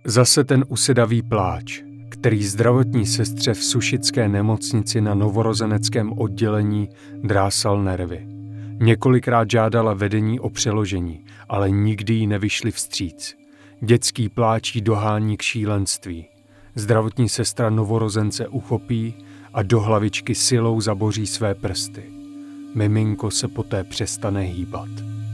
Zase ten usedavý pláč, který zdravotní sestře v sušické nemocnici na novorozeneckém oddělení drásal nervy. Několikrát žádala vedení o přeložení, ale nikdy jí nevyšli vstříc. Dětský pláč jí dohání k šílenství. Zdravotní sestra novorozence uchopí a do hlavičky silou zaboří své prsty. Miminko se poté přestane hýbat.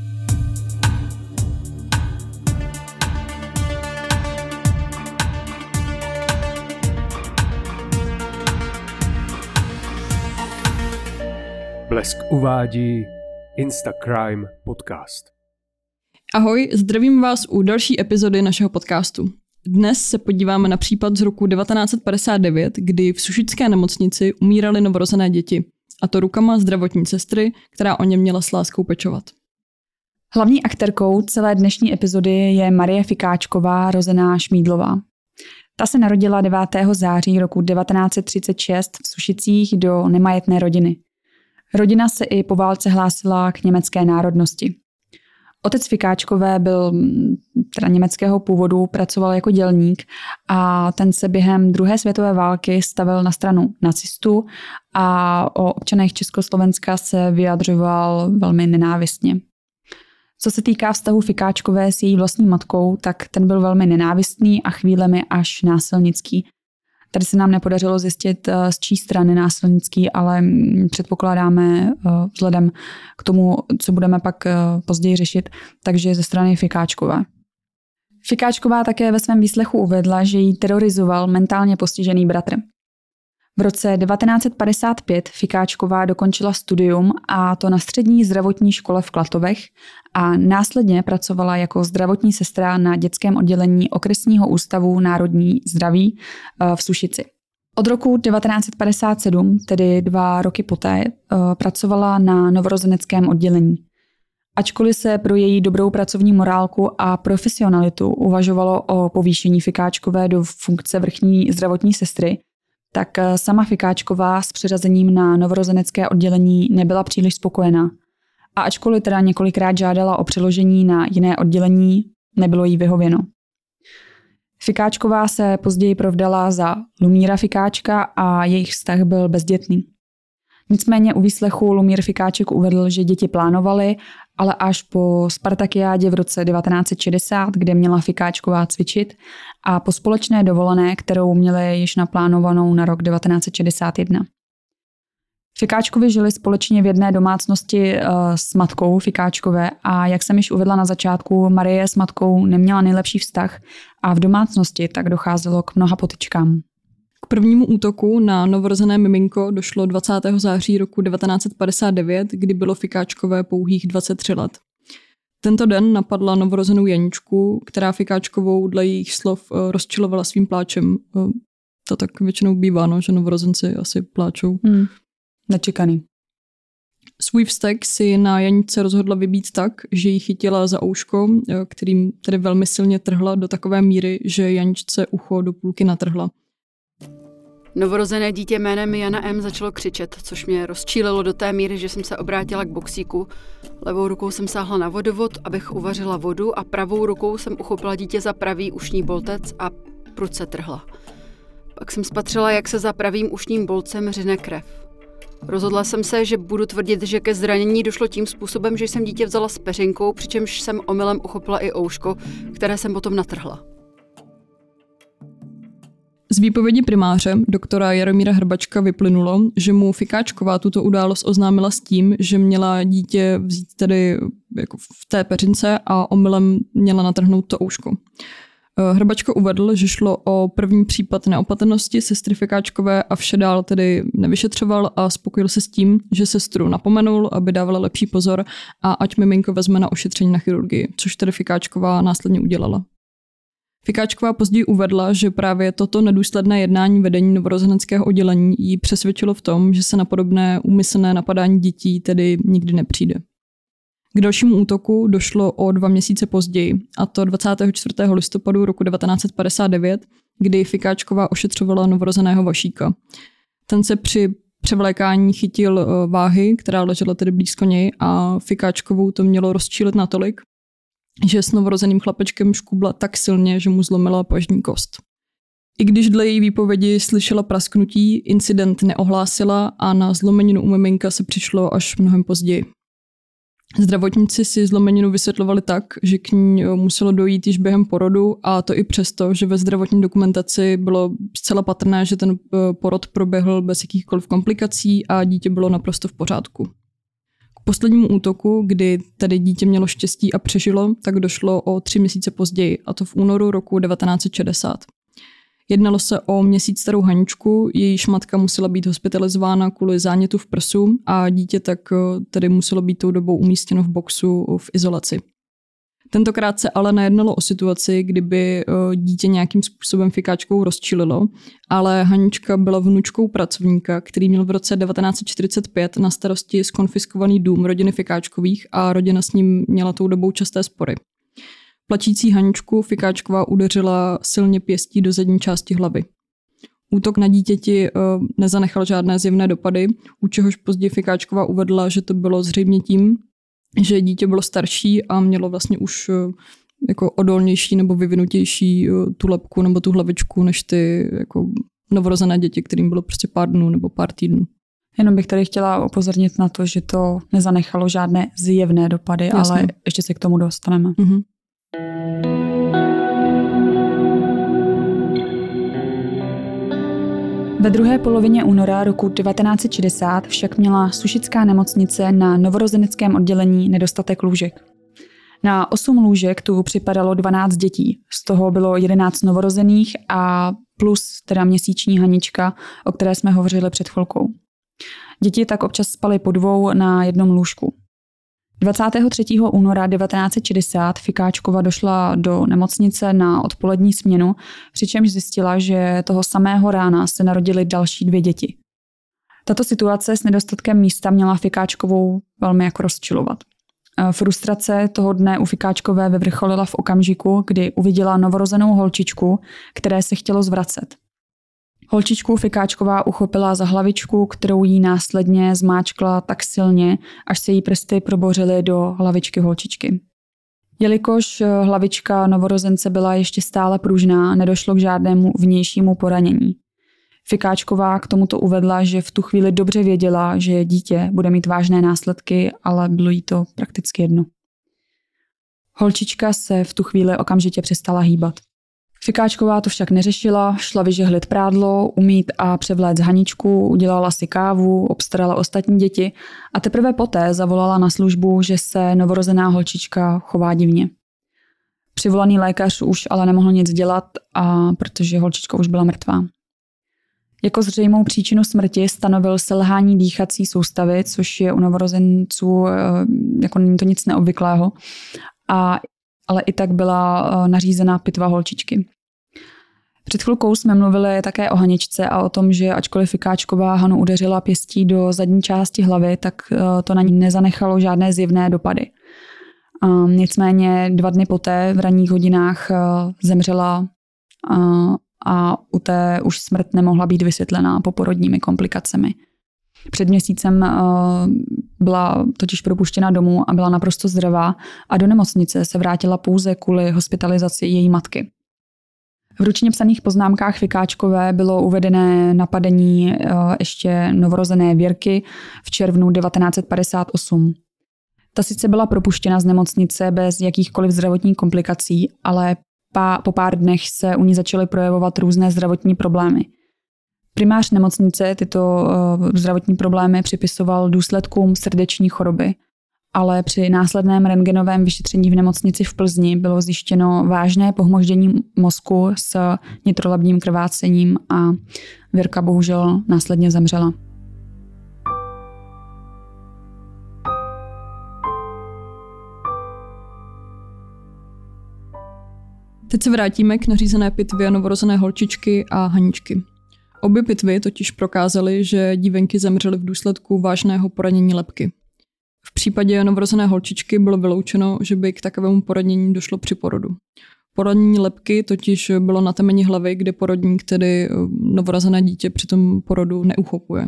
Blesk uvádí Instacrime podcast. Ahoj, zdravím vás u další epizody našeho podcastu. Dnes se podíváme na případ z roku 1959, kdy v sušické nemocnici umíraly novorozené děti, a to rukama zdravotní sestry, která o ně měla s láskou pečovat. Hlavní aktérkou celé dnešní epizody je Marie Fikáčková, rozená Šmídlová. Ta se narodila 9. září roku 1936 v Sušicích do nemajetné rodiny. Rodina se i po válce hlásila k německé národnosti. Otec Fikáčkové byl německého původu, pracoval jako dělník a ten se během druhé světové války stavil na stranu nacistů a o občanech Československa se vyjadřoval velmi nenávistně. Co se týká vztahu Fikáčkové s její vlastní matkou, tak ten byl velmi nenávistný a chvílemi až násilnický. Tady se nám nepodařilo zjistit, z čí strany násilnický, ale předpokládáme vzhledem k tomu, co budeme pak později řešit, takže ze strany Fikáčkové. Fikáčková také ve svém výslechu uvedla, že jí terorizoval mentálně postižený bratr. V roce 1955 Fikáčková dokončila studium, a to na střední zdravotní škole v Klatovech, a následně pracovala jako zdravotní sestra na dětském oddělení Okresního ústavu národní zdraví v Sušici. Od roku 1957, tedy 2 roky poté, pracovala na novorozeneckém oddělení. Ačkoliv se pro její dobrou pracovní morálku a profesionalitu uvažovalo o povýšení Fikáčkové do funkce vrchní zdravotní sestry, tak sama Fikáčková s přeřazením na novorozenecké oddělení nebyla příliš spokojená. A ačkoliv teda několikrát žádala o přeložení na jiné oddělení, nebylo jí vyhověno. Fikáčková se později provdala za Lumíra Fikáčka a jejich vztah byl bezdětný. Nicméně u výslechu Lumír Fikáček uvedl, že děti plánovali, ale až po Spartakiádě v roce 1960, kde měla Fikáčková cvičit, a po společné dovolené, kterou měli již naplánovanou na rok 1961. Fikáčkovi žili společně v jedné domácnosti s matkou Fikáčkové a jak jsem již uvedla na začátku, Marie s matkou neměla nejlepší vztah a v domácnosti tak docházelo k mnoha potyčkám. K prvnímu útoku na novorozené miminko došlo 20. září roku 1959, kdy bylo Fikáčkové pouhých 23 let. Tento den napadla novorozenou Janičku, která Fikáčkovou dle jejich slov rozčilovala svým pláčem. To tak většinou bývá, no, že novorozenci asi pláčou. Nečekaný. Svůj vztek si na Janičce rozhodla vybít tak, že ji chytila za ouško, kterým tedy velmi silně trhla do takové míry, že Janičce ucho do půlky natrhla. Novorozené dítě jménem Jana M. začalo křičet, což mě rozčílilo do té míry, že jsem se obrátila k boxíku. Levou rukou jsem sáhla na vodovod, abych uvařila vodu, a pravou rukou jsem uchopila dítě za pravý ušní boltec a prudce trhla. Pak jsem spatřila, jak se za pravým ušním boltcem řine krev. Rozhodla jsem se, že budu tvrdit, že ke zranění došlo tím způsobem, že jsem dítě vzala s peřinkou, přičemž jsem omylem uchopila i ouško, které jsem potom natrhla. Z výpovědi primáře, doktora Jaromíra Hrbačka, vyplynulo, že mu Fikáčková tuto událost oznámila s tím, že měla dítě vzít tedy jako v té peřince a omylem měla natrhnout to ouško. Hrbačka uvedl, že šlo o první případ neopatrnosti sestry Fikáčkové a vše dál tedy nevyšetřoval a spokojil se s tím, že sestru napomenul, aby dávala lepší pozor a ať miminko vezme na ošetření na chirurgii, což tedy Fikáčková následně udělala. Fikáčková později uvedla, že právě toto nedůsledné jednání vedení novorozeneckého oddělení jí přesvědčilo v tom, že se na podobné úmyslné napadání dětí tedy nikdy nepřijde. K dalšímu útoku došlo o 2 měsíce později, a to 24. listopadu roku 1959, kdy Fikáčková ošetřovala novorozeného Vašíka. Ten se při převlékání chytil váhy, která ležela tedy blízko něj, a Fikáčkovou to mělo rozčílit natolik, že s novorozeným chlapečkem škubla tak silně, že mu zlomila pažní kost. I když dle její výpovědi slyšela prasknutí, incident neohlásila a na zlomeninu u miminka se přišlo až mnohem později. Zdravotníci si zlomeninu vysvětlovali tak, že k ní muselo dojít již během porodu, a to i přesto, že ve zdravotní dokumentaci bylo zcela patrné, že ten porod proběhl bez jakýchkoliv komplikací a dítě bylo naprosto v pořádku. K poslednímu útoku, kdy tedy dítě mělo štěstí a přežilo, tak došlo o 3 měsíce později, a to v únoru roku 1960. Jednalo se o měsíc starou Haničku, jejíž matka musela být hospitalizována kvůli zánětu v prsu a dítě tak tedy muselo být tou dobou umístěno v boxu v izolaci. Tentokrát se ale nejednalo o situaci, kdyby dítě nějakým způsobem fikáčkou rozčililo, ale Hanička byla vnučkou pracovníka, který měl v roce 1945 na starosti zkonfiskovaný dům rodiny Fikáčkových a rodina s ním měla tou dobou časté spory. Plačící Haničku Fikáčková udeřila silně pěstí do zadní části hlavy. Útok na dítěti nezanechal žádné zjevné dopady, u čehož později Fikáčková uvedla, že to bylo zřejmě tím, že dítě bylo starší a mělo vlastně už jako odolnější nebo vyvinutější tu lebku nebo tu hlavičku než ty jako novorozené děti, kterým bylo prostě pár dnů nebo pár týdnů. Jenom bych tady chtěla upozornit na to, že to nezanechalo žádné zjevné dopady, jasně, ale ještě se k tomu dostaneme. Mhm. Ve druhé polovině února roku 1960 však měla Sušická nemocnice na novorozeneckém oddělení nedostatek lůžek. Na 8 lůžek tu připadalo 12 dětí, z toho bylo 11 novorozených a plus teda měsíční Hanička, o které jsme hovořili před chvilkou. Děti tak občas spaly po 2 na jednom lůžku. 23. února 1960 Fikáčkova došla do nemocnice na odpolední směnu, přičemž zjistila, že toho samého rána se narodily další 2 děti. Tato situace s nedostatkem místa měla Fikáčkovou velmi jako rozčilovat. Frustrace toho dne u Fikáčkové vyvrcholila v okamžiku, kdy uviděla novorozenou holčičku, které se chtělo zvracet. Holčičku Fikáčková uchopila za hlavičku, kterou jí následně zmáčkla tak silně, až se jí prsty probořily do hlavičky holčičky. Jelikož hlavička novorozence byla ještě stále pružná, nedošlo k žádnému vnějšímu poranění. Fikáčková k tomuto uvedla, že v tu chvíli dobře věděla, že dítě bude mít vážné následky, ale bylo jí to prakticky jedno. Holčička se v tu chvíli okamžitě přestala hýbat. Fikáčková to však neřešila, šla vyžehlit prádlo, umýt a převléct Haničku, udělala si kávu, obstarala ostatní děti a teprve poté zavolala na službu, že se novorozená holčička chová divně. Přivolaný lékař už ale nemohl nic dělat, protože holčička už byla mrtvá. Jako zřejmou příčinu smrti stanovil selhání dýchací soustavy, což je u novorozenců jako není to nic neobvyklého, ale i tak byla nařízena pitva holčičky. Před chvilkou jsme mluvili také o Haničce a o tom, že ačkoliv Fikáčková Hanu udeřila pěstí do zadní části hlavy, tak to na ní nezanechalo žádné zjevné dopady. Nicméně 2 dny poté v ranních hodinách zemřela a u té už smrt nemohla být vysvětlená poporodními komplikacemi. Před měsícem byla totiž propuštěna domů a byla naprosto zdravá a do nemocnice se vrátila pouze kvůli hospitalizaci její matky. V ručně psaných poznámkách Fikáčkové bylo uvedené napadení ještě novorozené Věrky v červnu 1958. Ta sice byla propuštěna z nemocnice bez jakýchkoliv zdravotních komplikací, ale po pár dnech se u ní začaly projevovat různé zdravotní problémy. Primář nemocnice tyto zdravotní problémy připisoval důsledkům srdeční choroby, ale při následném rentgenovém vyšetření v nemocnici v Plzni bylo zjištěno vážné pohmoždění mozku s nitrolabním krvácením a Věrka bohužel následně zemřela. Teď se vrátíme k nařízené pitvě novorozené holčičky a Haničky. Obě pitvy totiž prokázaly, že dívenky zemřely v důsledku vážného poranění lebky. V případě novorozené holčičky bylo vyloučeno, že by k takovému poranění došlo při porodu. Poranění lebky totiž bylo na temeni hlavy, kde porodník, tedy novorozené dítě, při tom porodu neuchopuje.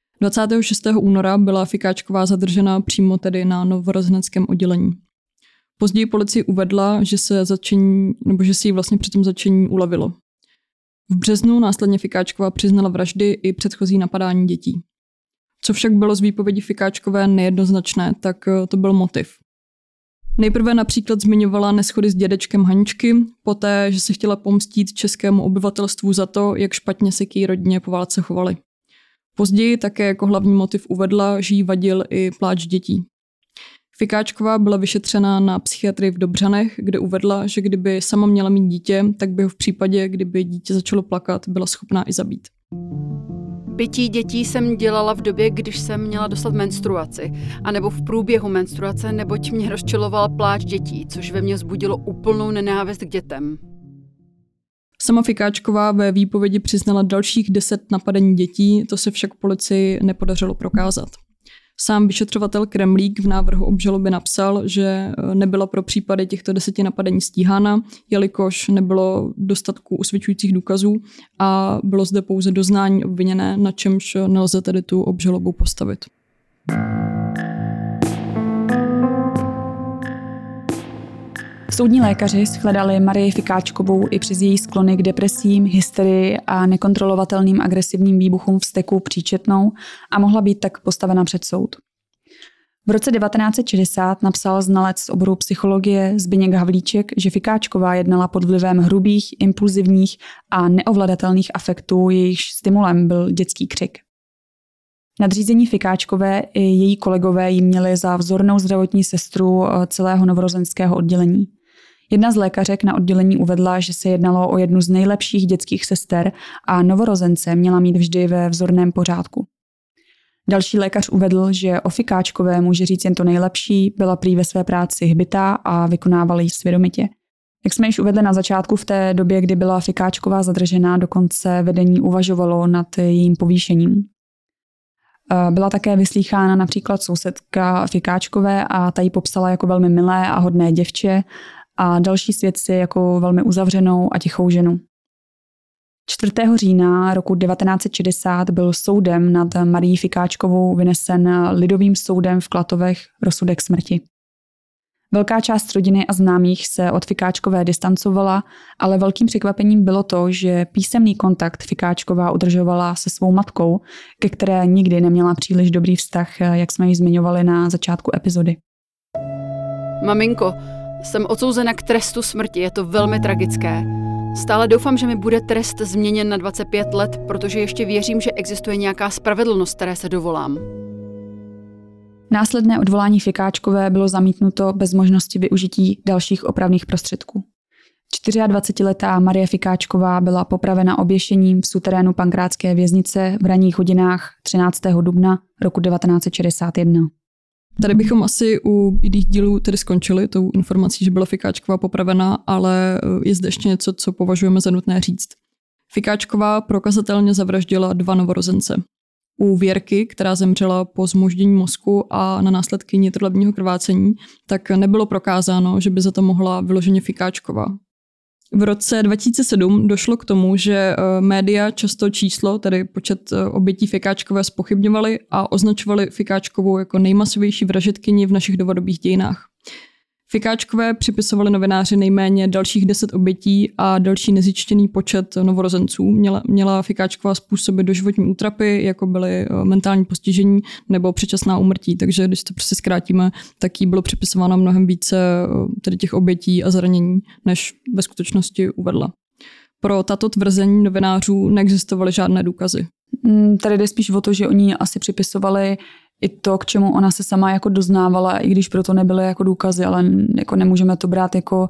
26. února byla Fikáčková zadržena přímo tedy na novorozeneckém oddělení. Později policie uvedla, že si jí vlastně při tom zatčení ulevilo. V březnu následně Fikáčková přiznala vraždy i předchozí napadání dětí. Co však bylo z výpovědi Fikáčkové nejednoznačné, tak to byl motiv. Nejprve například zmiňovala neshody s dědečkem Haničky, poté, že se chtěla pomstít českému obyvatelstvu za to, jak špatně se k její rodině po válce chovali. Později také jako hlavní motiv uvedla, že jí vadil i pláč dětí. Fikáčková byla vyšetřena na psychiatrii v Dobřanech, kde uvedla, že kdyby sama měla mít dítě, tak by ho v případě, kdyby dítě začalo plakat, byla schopná i zabít. Bití dětí jsem dělala v době, když jsem měla dostat menstruaci, anebo v průběhu menstruace, neboť mě rozčiloval pláč dětí, což ve mně vzbudilo úplnou nenávist k dětem. Sama Fikáčková ve výpovědi přiznala dalších 10 napadení dětí, to se však policii nepodařilo prokázat. Sám vyšetřovatel Kremlík v návrhu obžaloby napsal, že nebyla pro případy těchto 10 napadení stíhána, jelikož nebylo dostatku usvědčujících důkazů a bylo zde pouze doznání obviněné, na čemž nelze tedy tu obžalobu postavit. Soudní lékaři shledali Marii Fikáčkovou i přes její sklony k depresím, hysterii a nekontrolovatelným agresivním výbuchům vzteku příčetnou a mohla být tak postavena před soud. V roce 1960 napsal znalec z oboru psychologie Zbyněk Havlíček, že Fikáčková jednala pod vlivem hrubých, impulzivních a neovladatelných afektů, jejichž stimulem byl dětský křik. Nadřízení Fikáčkové i její kolegové ji měli za vzornou zdravotní sestru celého novorozenského oddělení. Jedna z lékařek na oddělení uvedla, že se jednalo o jednu z nejlepších dětských sester a novorozence měla mít vždy ve vzorném pořádku. Další lékař uvedl, že o Fikáčkové může říct jen to nejlepší, byla prý ve své práci hbitá a vykonávala ji svědomitě. Jak jsme již uvedli na začátku, v té době, kdy byla Fikáčková zadržená, dokonce vedení uvažovalo nad jejím povýšením. Byla také vyslýchána například sousedka Fikáčkové a ta ji popsala jako velmi milé a hodné děvče a další svědci jako velmi uzavřenou a tichou ženu. 4. října roku 1960 byl soudem nad Marií Fikáčkovou vynesen lidovým soudem v Klatovech rozsudek smrti. Velká část rodiny a známých se od Fikáčkové distancovala, ale velkým překvapením bylo to, že písemný kontakt Fikáčková udržovala se svou matkou, ke které nikdy neměla příliš dobrý vztah, jak jsme ji zmiňovali na začátku epizody. Maminko, jsem odsouzena k trestu smrti, je to velmi tragické. Stále doufám, že mi bude trest změněn na 25 let, protože ještě věřím, že existuje nějaká spravedlnost, které se dovolám. Následné odvolání Fikáčkové bylo zamítnuto bez možnosti využití dalších opravných prostředků. 24letá Marie Fikáčková byla popravena oběšením v suterénu Pankrátské věznice v ranních hodinách 13. dubna roku 1961. Tady bychom asi u jiných dílů tedy skončili tou informací, že byla Fikáčková popravena, ale je zde ještě něco, co považujeme za nutné říct. Fikáčková prokazatelně zavraždila 2 novorozence. U Věrky, která zemřela po zmoždění mozku a na následky nitrolebního krvácení, tak nebylo prokázáno, že by za to mohla vyloženě Fikáčková. V roce 2007 došlo k tomu, že média často číslo, tedy počet obětí Fikáčkové, zpochybňovaly a označovali Fikáčkovou jako nejmasovější vražedkyni v našich novodobých dějinách. Fikáčkové připisovali novináři nejméně dalších 10 obětí a další nezjištěný počet novorozenců. Měla Fikáčková způsobit doživotní útrapy, jako byly mentální postižení nebo předčasná úmrtí. Takže když to prostě zkrátíme, tak jí bylo připisováno mnohem více tedy těch obětí a zranění, než ve skutečnosti uvedla. Pro tato tvrzení novinářů neexistovaly žádné důkazy. Tady jde spíš o to, že oni asi připisovali i to, k čemu ona se sama jako doznávala, i když proto nebyly jako důkazy, ale jako nemůžeme to brát jako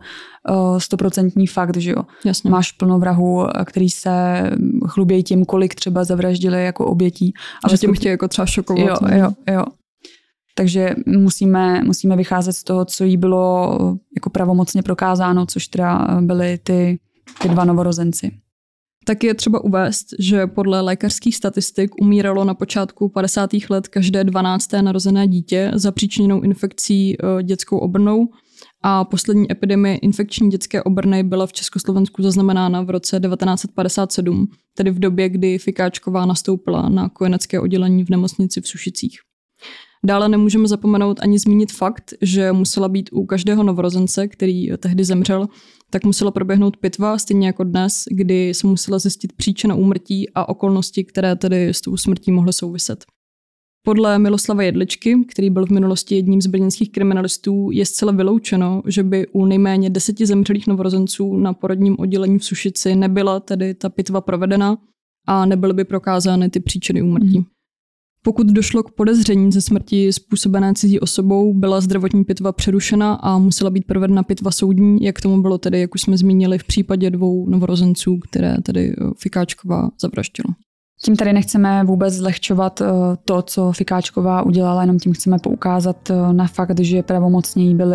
100% fakt, že jo. Jasně. Máš plno vrahů, který se chlubějí tím, kolik třeba zavraždili jako obětí. Ale tím chtějí jako třeba šokovat. Jo. Takže musíme vycházet z toho, co jí bylo jako pravomocně prokázáno, což teda byly ty 2 novorozenci. Tak je třeba uvést, že podle lékařských statistik umíralo na počátku 50. let každé 12. narozené dítě zapříčiněnou infekcí dětskou obrnou a poslední epidemie infekční dětské obrny byla v Československu zaznamenána v roce 1957, tedy v době, kdy Fikáčková nastoupila na kojenecké oddělení v nemocnici v Sušicích. Dále nemůžeme zapomenout ani zmínit fakt, že musela být u každého novorozence, který tehdy zemřel, tak musela proběhnout pitva, stejně jako dnes, kdy se musela zjistit příčina úmrtí a okolnosti, které tedy s tou smrtí mohly souviset. Podle Miloslava Jedličky, který byl v minulosti jedním z brněnských kriminalistů, je zcela vyloučeno, že by u nejméně 10 zemřelých novorozenců na porodním oddělení v Sušici nebyla tedy ta pitva provedena a nebyly by prokázány ty příčiny úmrtí. Pokud došlo k podezření ze smrti způsobené cizí osobou, byla zdravotní pitva přerušena a musela být provedena pitva soudní, jak tomu bylo tedy, jak už jsme zmínili, v případě 2 novorozenců, které tedy Fikáčková zavraždila. Tím tady nechceme vůbec zlehčovat to, co Fikáčková udělala, jenom tím chceme poukázat na fakt, že pravomocně jí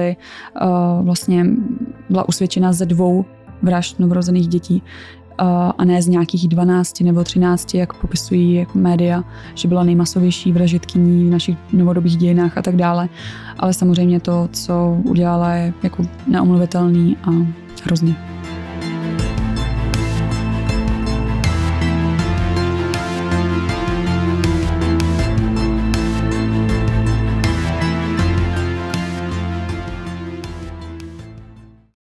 byla usvědčena ze 2 vražd novorozených dětí a ne z nějakých 12 nebo 13, jak popisují jako média, že byla nejmasovější vražedkyní v našich novodobých dějinách a tak dále. Ale samozřejmě to, co udělala, je jako neomluvitelný a hrozně.